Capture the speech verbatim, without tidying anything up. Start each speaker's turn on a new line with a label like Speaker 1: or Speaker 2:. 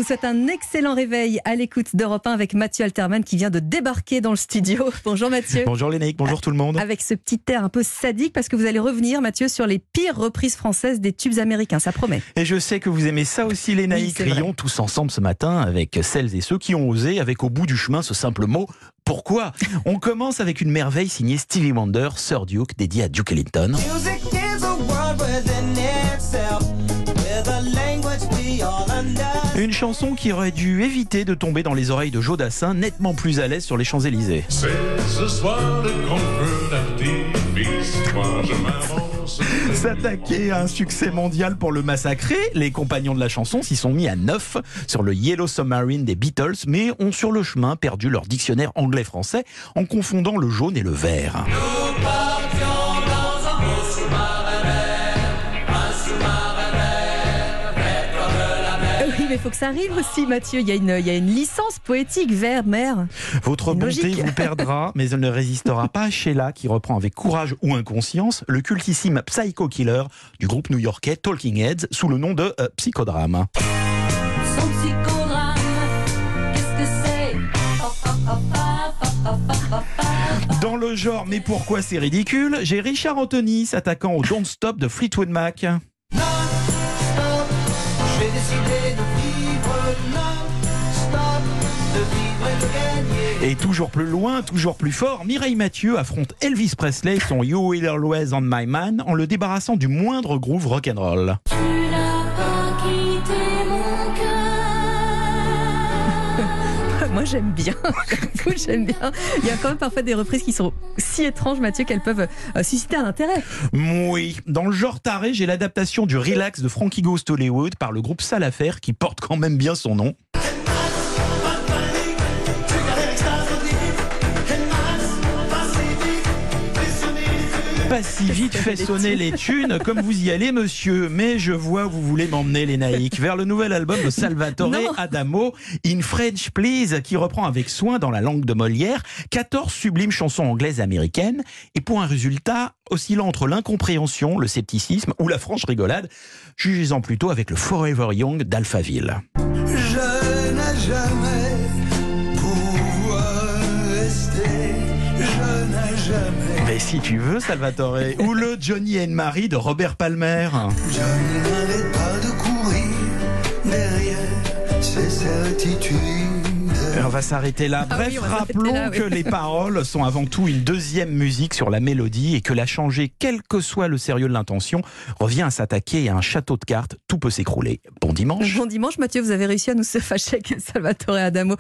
Speaker 1: souhaite un excellent réveil à l'écoute d'Europe un avec Mathieu Alterman qui vient de débarquer dans le studio. Bonjour Mathieu.
Speaker 2: Bonjour Lénaïque, bonjour tout le monde.
Speaker 1: Avec ce petit air un peu sadique parce que vous allez revenir Mathieu sur les pires reprises françaises des tubes américains, ça promet.
Speaker 2: Et je sais que vous aimez ça aussi Lénaïque.
Speaker 1: Oui,
Speaker 2: rions tous ensemble ce matin avec celles et ceux qui ont osé, avec au bout du chemin ce simple mot. Pourquoi ? On commence avec une merveille signée Stevie Wonder, Sir Duke, dédiée à Duke Ellington. Une chanson qui aurait dû éviter de tomber dans les oreilles de Joe Dassin, nettement plus à l'aise sur les Champs-Élysées. C'est ce soir le S'attaquer à un succès mondial pour le massacrer, les compagnons de la chanson s'y sont mis à neuf sur le Yellow Submarine des Beatles, mais ont sur le chemin perdu leur dictionnaire anglais-français en confondant le jaune et le vert.
Speaker 1: Nous partions dans un beau sous-marin vert, un sous-marin vert, vert comme la mer. Oui, mais il faut que ça arrive aussi, Mathieu. Il y a une, il y a une licence poétique, vert, mer.
Speaker 2: Votre bonté logique. Vous perdra, mais elle ne résistera pas à Sheila, qui reprend avec courage ou inconscience le cultissime Psycho Killer du groupe new-yorkais Talking Heads sous le nom de euh, Psychodrame.
Speaker 1: Son psychodrame, qu'est-ce que c'est?
Speaker 2: Dans le genre, mais pourquoi c'est ridicule, j'ai Richard Anthony s'attaquant au Don't Stop de Fleetwood Mac. Non, stop, j'ai décidé de vivre, non, stop, de vivre et de gagner. Et toujours plus loin, toujours plus fort, Mireille Mathieu affronte Elvis Presley, son You Will Always On My Man, en le débarrassant du moindre groove rock'n'roll. Tu n'as pas quitté mon cœur.
Speaker 1: Moi j'aime bien, j'aime bien. Il y a quand même parfois des reprises qui sont si étranges, Mathieu, qu'elles peuvent euh, susciter un intérêt.
Speaker 2: Oui, dans le genre taré, j'ai l'adaptation du Relax de Frankie Goes to Hollywood par le groupe Salafer qui porte quand même bien son nom. Pas si vite fait sonner les thunes comme vous y allez monsieur, mais je vois où vous voulez m'emmener Lénaïque, vers le nouvel album de Salvatore non. Adamo, In French Please, qui reprend avec soin dans la langue de Molière quatorze sublimes chansons anglaises et américaines, et pour un résultat oscillant entre l'incompréhension, le scepticisme ou la franche rigolade, jugez-en plutôt avec le Forever Young d'Alphaville. Je n'ai jamais pouvoir rester, je n'ai jamais. Mais si tu veux, Salvatore. Ou le Johnny and Mary de Robert Palmer. Je n'arrête pas de courir derrière ces certitudes. On va s'arrêter là. Bref, ah oui, rappelons là, oui. que les paroles sont avant tout une deuxième musique sur la mélodie et que la changer, quel que soit le sérieux de l'intention, revient à s'attaquer à un château de cartes. Tout peut s'écrouler. Bon dimanche.
Speaker 1: Bon dimanche, Mathieu. Vous avez réussi à nous se fâcher avec Salvatore Adamo.